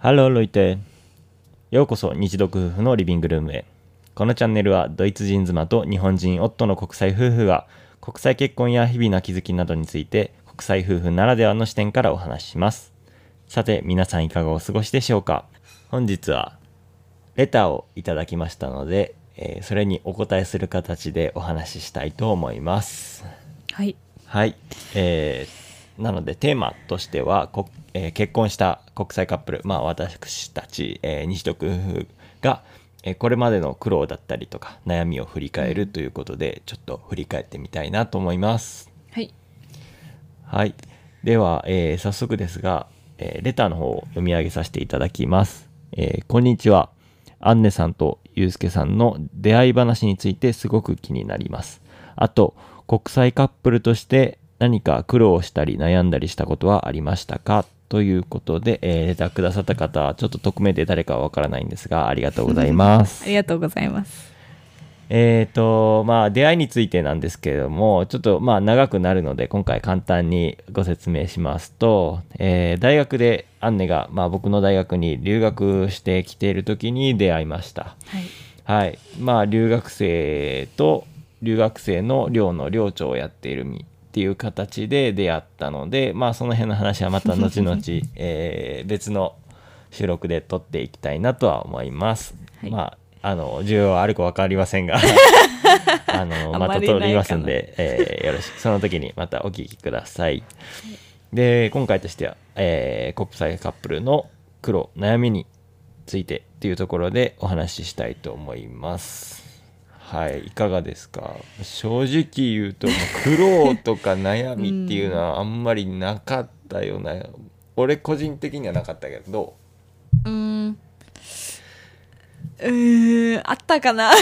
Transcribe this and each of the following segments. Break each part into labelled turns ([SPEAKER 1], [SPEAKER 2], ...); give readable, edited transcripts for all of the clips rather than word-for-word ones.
[SPEAKER 1] ハローロイテ、ようこそ日読夫婦のリビングルームへ。このチャンネルはドイツ人妻と日本人夫の国際夫婦が国際結婚や日々の気づきなどについて国際夫婦ならではの視点からお話しします。さて皆さんいかがお過ごしでしょうか。本日はレターをいただきましたので、それにお答えする形でお話ししたいと思います。
[SPEAKER 2] はい。
[SPEAKER 1] はい、なのでテーマとしては結婚した国際カップル、私たち、日読夫婦が、これまでの苦労だったりとか悩みを振り返るということで、ちょっと振り返ってみたいなと思います。
[SPEAKER 2] はい。
[SPEAKER 1] はい。では、早速ですが、レターの方を読み上げさせていただきます。こんにちは。アンネさんとユうスケさんの出会い話についてすごく気になります。あと、国際カップルとして何か苦労したり悩んだりしたことはありましたかということで、レターくださった方、ちょっと匿名で誰かはわからないんですが、ありがとうございます。
[SPEAKER 2] ありがとうございます。
[SPEAKER 1] 出会いについてなんですけれども、ちょっと長くなるので、今回簡単にご説明しますと、大学でアンネが、僕の大学に留学してきている時に出会いました。
[SPEAKER 2] はい。
[SPEAKER 1] はい。留学生と留学生の寮の寮長をやっている身っていう形で出会ったので、その辺の話はまた後々、別の収録で撮っていきたいなとは思います。
[SPEAKER 2] はい。
[SPEAKER 1] 需要はあるか分かりませんがまた撮りますんで、よろしくその時にまたお聞きください。で、今回としては、国際カップルの苦労悩みについてっていうところでお話ししたいと思います。はい、いかがですか。正直言うともう苦労とか悩みっていうのはあんまりなかったような、俺個人的にはなかったけど、
[SPEAKER 2] あったかな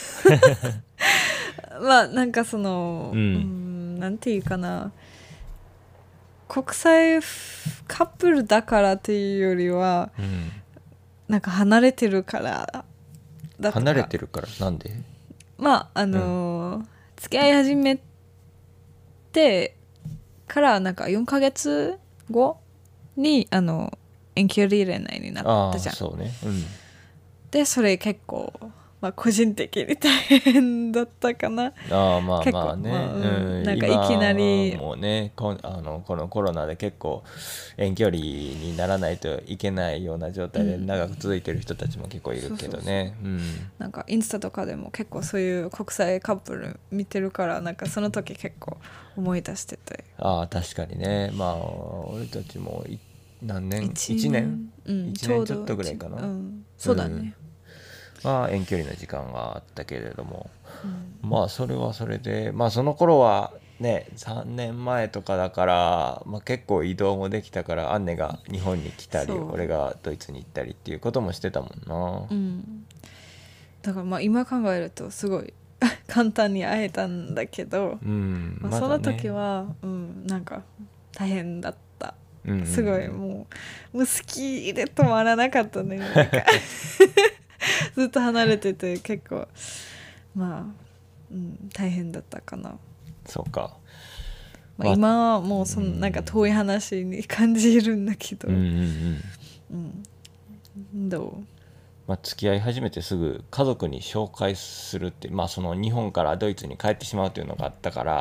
[SPEAKER 2] なんかその、なんていうかな、国際カップルだからっていうよりは、なんか離れてるからだとか。
[SPEAKER 1] 離れてるからなんで？
[SPEAKER 2] 付き合い始めてからなんか4ヶ月後に遠距離恋愛になったじゃん。
[SPEAKER 1] そうね。
[SPEAKER 2] でそれ結構、個人的に大変だったかな。
[SPEAKER 1] なん
[SPEAKER 2] かいきなり
[SPEAKER 1] 今もうね、このコロナで結構遠距離にならないといけないような状態で長く続いてる人たちも結構いるけどね。
[SPEAKER 2] なんかインスタとかでも結構そういう国際カップル見てるから、なんかその時結構思い出してて。
[SPEAKER 1] 確かにね。俺たちも何年？1年
[SPEAKER 2] 1
[SPEAKER 1] 年ちょっとぐらいかな。
[SPEAKER 2] そうだね。
[SPEAKER 1] 遠距離の時間があったけれども、それはそれで、その頃はね3年前とかだから、結構移動もできたから、アンネが日本に来たり俺がドイツに行ったりっていうこともしてたもんな。
[SPEAKER 2] だから今考えるとすごい簡単に会えたんだけど、その時は、なんか大変だった。すごいもう好きで止まらなかったね。なんかずっと離れてて結構大変だったかな。
[SPEAKER 1] そうか。
[SPEAKER 2] 今はもうなんか遠い話に感じるんだけど、どう？
[SPEAKER 1] 付き合い始めてすぐ家族に紹介するって、その日本からドイツに帰ってしまうというのがあったから、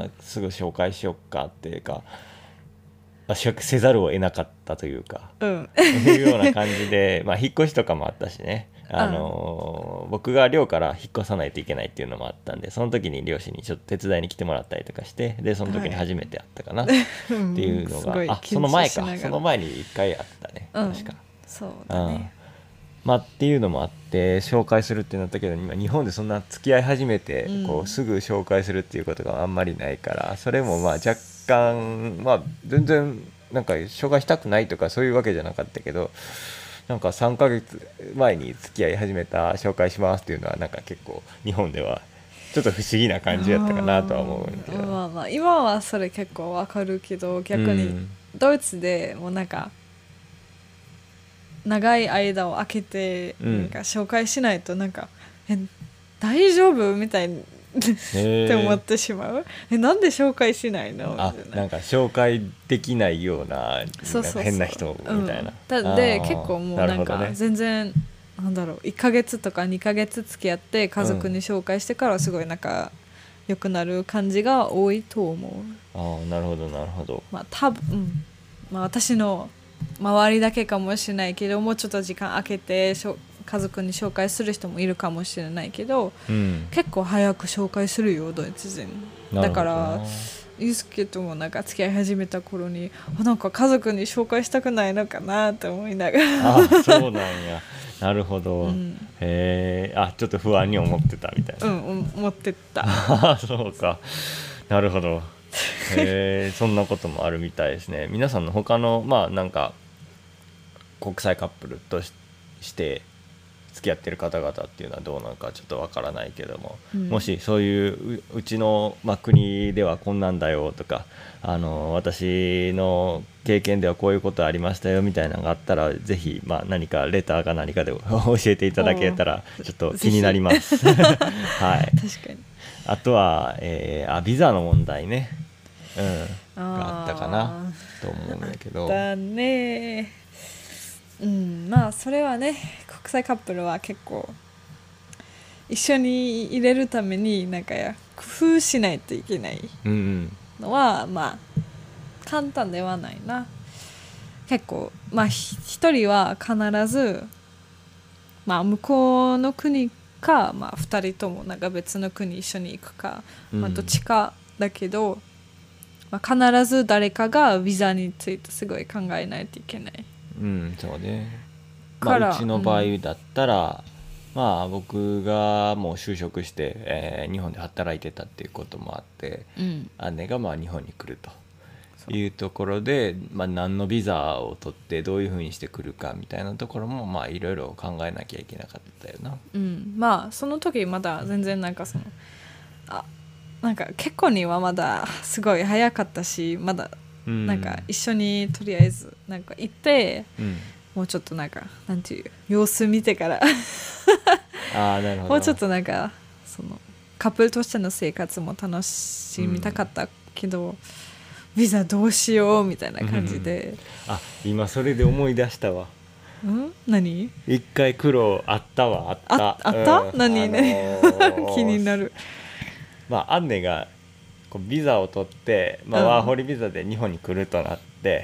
[SPEAKER 1] すぐ紹介しよっかっていうか、せざるを得なかったというか、いうような感じで、引っ越しとかもあったしね、僕が寮から引っ越さないといけないっていうのもあったんで、その時に両親にちょっと手伝いに来てもらったりとかして、でその時に初めて会ったかな、っていうのが、その前に一回あったね、確か。
[SPEAKER 2] そうだね。
[SPEAKER 1] っていうのもあって紹介するってなったけど、今日本でそんな付き合い始めてすぐ紹介するっていうことがあんまりないから、それも若干全然なんか紹介したくないとかそういうわけじゃなかったけど、なんか3ヶ月前に付き合い始めた紹介しますっていうのはなんか結構日本ではちょっと不思議な感じやったかなとは思うんだけど、
[SPEAKER 2] 今はそれ結構わかるけど、逆にドイツでもうなんか長い間を空けてなんか紹介しないとなんか大丈夫みたいって思ってしまう。なんで紹介しないの？
[SPEAKER 1] なんか紹介できないような変な人みたいな、
[SPEAKER 2] で結構もうなんか全然なんだろう1ヶ月とか2ヶ月付き合って家族に紹介してからすごいなんか良くなる感じが多いと思う。
[SPEAKER 1] なるほどなるほど。
[SPEAKER 2] 多分、私の周りだけかもしれないけどもうちょっと時間空けて家族に紹介する人もいるかもしれないけど、結構早く紹介するよドイツ人だからユースケともなんか付き合い始めた頃になんか家族に紹介したくないのかなって思いながら
[SPEAKER 1] そうなんやなるほど、ちょっと不安に思ってたみたいな。
[SPEAKER 2] 思ってた
[SPEAKER 1] そうかなるほど。そんなこともあるみたいですね。皆さんの他のなんか国際カップルとして付き合ってる方々っていうのはどうなのかちょっとわからないけども、もしそういううちの、国ではこんなんだよとか私の経験ではこういうことありましたよみたいなのがあったらぜひ、何かレターか何かで教えていただけたらちょっと気になりますはい、確か
[SPEAKER 2] に。
[SPEAKER 1] あとは、ビザの問題ね、があったかなと思うんだけど。
[SPEAKER 2] だね。それはね国際カップルは結構一緒に入れるためになんか工夫しないといけないのは、簡単ではないな。結構一人は必ず向こうの国か、二人ともなんか別の国一緒に行くか、どっちかだけど、必ず誰かがビザについてすごい考えないといけない。
[SPEAKER 1] そうね。うちの場合だったら、僕がもう就職して、日本で働いてたっていうこともあって、姉が日本に来るというところで、何のビザを取ってどういうふうにして来るかみたいなところもいろいろ考えなきゃいけなかったよ
[SPEAKER 2] な。その時まだ全然なんかなんか結婚にはまだすごい早かったしまだなんか一緒にとりあえずなんか行って、もうちょっとなんかなんていう様子見てから
[SPEAKER 1] なるほど。
[SPEAKER 2] もうちょっとなんかそのカップルとしての生活も楽しみたかったけど、ビザどうしようみたいな感じで、
[SPEAKER 1] 今それで思い出したわ。
[SPEAKER 2] 何？
[SPEAKER 1] 一回苦労あったわ。
[SPEAKER 2] あった？何ね気になる。
[SPEAKER 1] アンネがビザを取って、ワーホリビザで日本に来るとなって、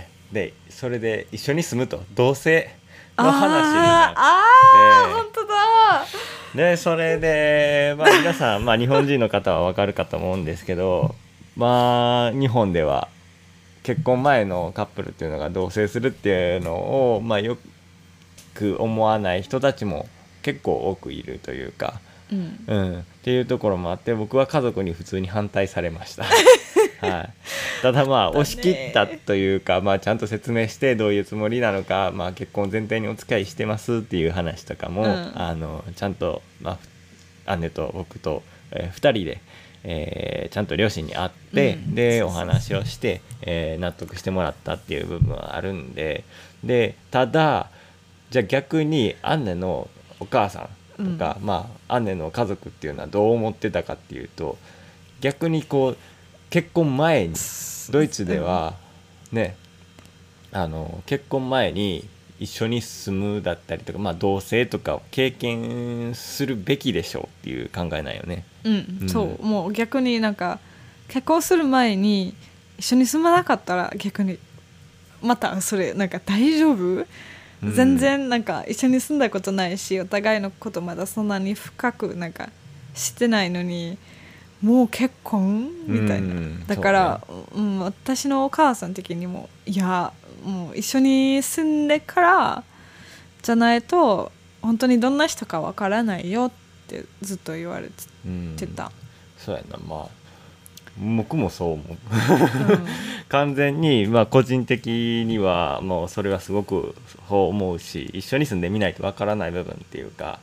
[SPEAKER 1] でそれで一緒に住むと同棲の話になって、
[SPEAKER 2] 本当だ。
[SPEAKER 1] でそれで、皆さん、日本人の方は分かるかと思うんですけど、日本では結婚前のカップルっていうのが同棲するっていうのを、よく思わない人たちも結構多くいるというか、っていうところもあって僕は家族に普通に反対されましたただ押し切ったというか、ちゃんと説明してどういうつもりなのか、結婚前提にお付き合いしてますっていう話とかも、ちゃんと、姉と僕と、2人で、ちゃんと両親に会って、でお話をして、納得してもらったっていう部分はあるんで、ただじゃあ逆に姉のお母さんとか、姉の家族っていうのはどう思ってたかっていうと、逆に結婚前にドイツではね、結婚前に一緒に住むだったりとか、同棲とかを経験するべきでしょうっていう考えなんよね。
[SPEAKER 2] そうもう逆になんか結婚する前に一緒に住まなかったら逆にまたそれなんか大丈夫？全然なんか一緒に住んだことないしお互いのことまだそんなに深くなんかしてないのにもう結婚みたいな、だから、私のお母さん的にもいやもう一緒に住んでからじゃないと本当にどんな人かわからないよってずっと言われてた。
[SPEAKER 1] そうやな。僕もそう思う完全に、個人的にはもうそれはすごくそう思うし、一緒に住んでみないとわからない部分っていうか、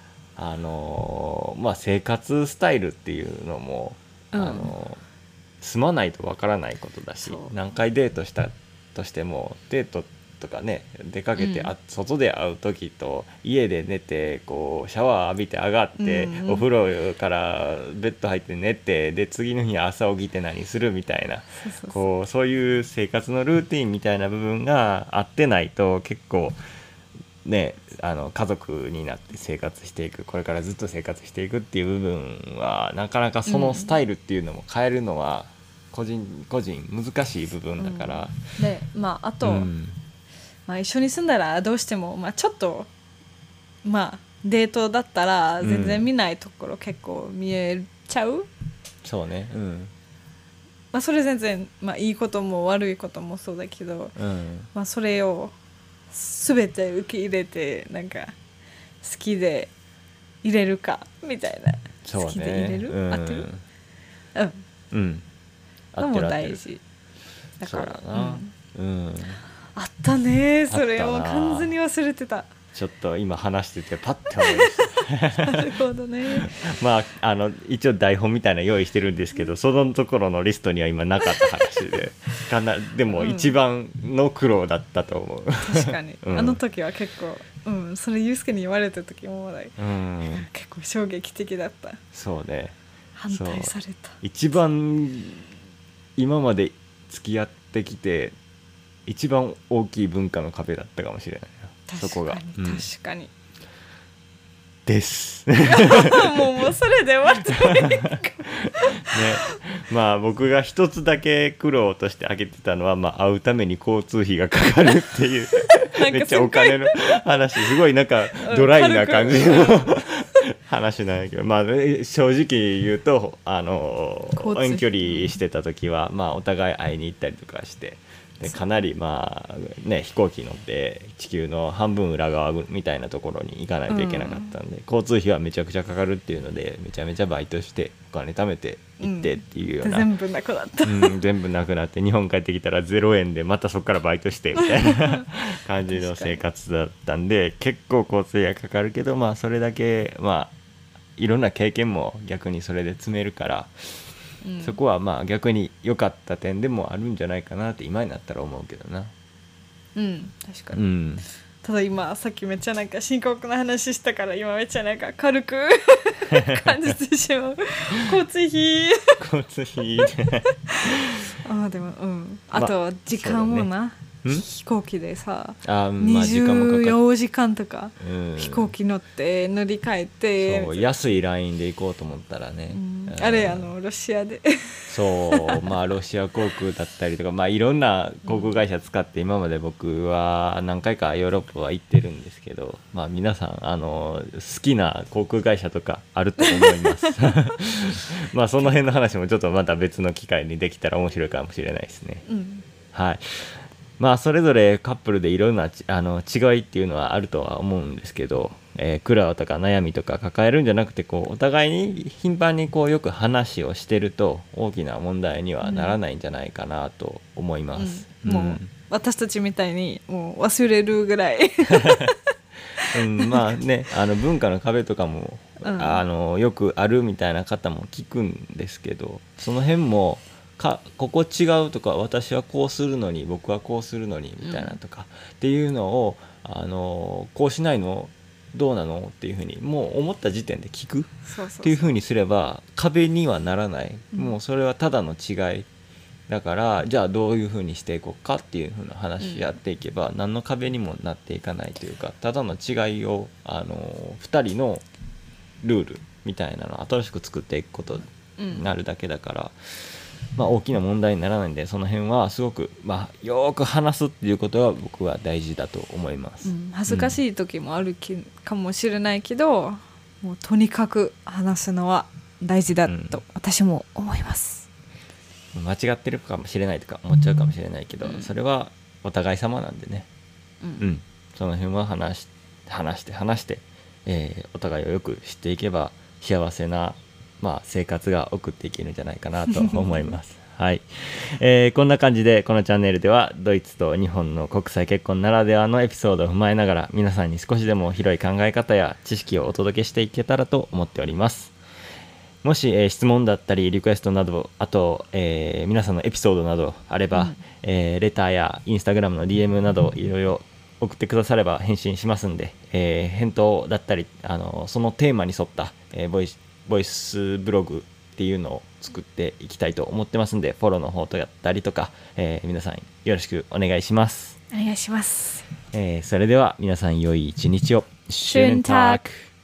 [SPEAKER 1] 生活スタイルっていうのも、住まないとわからないことだし、何回デートしたとしてもデートととかね出かけて、外で会う時と家で寝てこうシャワー浴びて上がって、お風呂からベッド入って寝てで次の日朝起きて何するみたいなそういう生活のルーティンみたいな部分が合ってないと結構ね家族になって生活していくこれからずっと生活していくっていう部分はなかなかそのスタイルっていうのも変えるのは個人個人難しい部分だから、
[SPEAKER 2] であと、一緒に住んだらどうしても、ちょっとデートだったら全然見ないところ結構見えちゃう、
[SPEAKER 1] そうね、
[SPEAKER 2] それ全然、いいことも悪いこともそうだけど、それを全て受け入れてなんか好きで入れるかみたいな、
[SPEAKER 1] そうね、
[SPEAKER 2] 好きで入れる、合ってるのも大事だから。あったね、それを完全に忘れてた。
[SPEAKER 1] ちょっと今話しててパッて思いました
[SPEAKER 2] なるほどね
[SPEAKER 1] 一応台本みたいな用意してるんですけどそのところのリストには今なかった話ででも一番の苦労だったと思う
[SPEAKER 2] 確かに、あの時は結構、それユースケに言われた時も結構衝撃的だった。
[SPEAKER 1] そうね、
[SPEAKER 2] 反対された。
[SPEAKER 1] 一番今まで付き合ってきて一番大きい文化の壁だったかもしれないな、そこが。
[SPEAKER 2] 確かに
[SPEAKER 1] です
[SPEAKER 2] もうそれで終わったね
[SPEAKER 1] 僕が一つだけ苦労として挙げてたのは、会うために交通費がかかるっていうめっちゃお金の話すごいなんかドライな感じの話なんやけど、正直言うと遠距離してた時は、お互い会いに行ったりとかしてでかなり飛行機乗って地球の半分裏側みたいなところに行かないといけなかったんで、交通費はめちゃくちゃかかるっていうのでめちゃめちゃバイトしてお金貯めて行ってっていうような、
[SPEAKER 2] 全部なくなった、
[SPEAKER 1] 全部なくなって日本帰ってきたら0円でまたそこからバイトしてみたいな感じの生活だったんで結構交通費がかかるけどそれだけいろんな経験も逆にそれで積めるから、そこは逆に良かった点でもあるんじゃないかなって今になったら思うけどな。
[SPEAKER 2] 確かに、ただ今さっきめっちゃなんか深刻な話したから今めっちゃなんか軽く感じてしまう交通費でもあと時間もな、飛行機でさ24時間とか飛行機乗って乗り換えて、
[SPEAKER 1] そう安いラインで行こうと思ったらね、
[SPEAKER 2] あれロシアで
[SPEAKER 1] そうロシア航空だったりとかいろんな航空会社使って今まで僕は何回かヨーロッパは行ってるんですけど、皆さん好きな航空会社とかあると思いますその辺の話もちょっとまた別の機会にできたら面白いかもしれないですね。はい、それぞれカップルでいろんな違いっていうのはあるとは思うんですけど、苦労とか悩みとか抱えるんじゃなくてお互いに頻繁によく話をしてると大きな問題にはならないんじゃないかなと思います。
[SPEAKER 2] もう私たちみたいにもう忘れるぐらい
[SPEAKER 1] 文化の壁とかも、よくあるみたいな方も聞くんですけど、その辺もここ違うとか私はこうするのに僕はこうするのにみたいなとか、っていうのをこうしないのどうなのっていうふうにもう思った時点で聞くっていうふうにすれば壁にはならない、もうそれはただの違いだから、じゃあどういうふうにしていこうかっていうふうな話し合っていけば、何の壁にもなっていかないというか、ただの違いを2人のルールみたいなのを新しく作っていくことになるだけだから、大きな問題にならないんで、その辺はすごく、よく話すっていうことは僕は大事だと思います。
[SPEAKER 2] 恥ずかしい時もあるかもしれないけど、もうとにかく話すのは大事だと私も思います。
[SPEAKER 1] 間違ってるかもしれないとか思っちゃうかもしれないけど、それはお互い様なんでね、その辺は話して、お互いをよく知っていけば幸せな生活が送っていけるんじゃないかなと思いますはい、こんな感じでこのチャンネルではドイツと日本の国際結婚ならではのエピソードを踏まえながら、皆さんに少しでも広い考え方や知識をお届けしていけたらと思っております。 もし、質問だったりリクエストなど、あと、皆さんのエピソードなどあれば、レターやインスタグラムの DM などいろいろ送ってくだされば返信しますんで、返答だったりそのテーマに沿った、ボイスブログっていうのを作っていきたいと思ってますんで、フォローの方とやったりとか、皆さんよろしくお願いします。
[SPEAKER 2] お願いします。
[SPEAKER 1] それでは皆さん良い一日を。
[SPEAKER 2] Schönen Tag。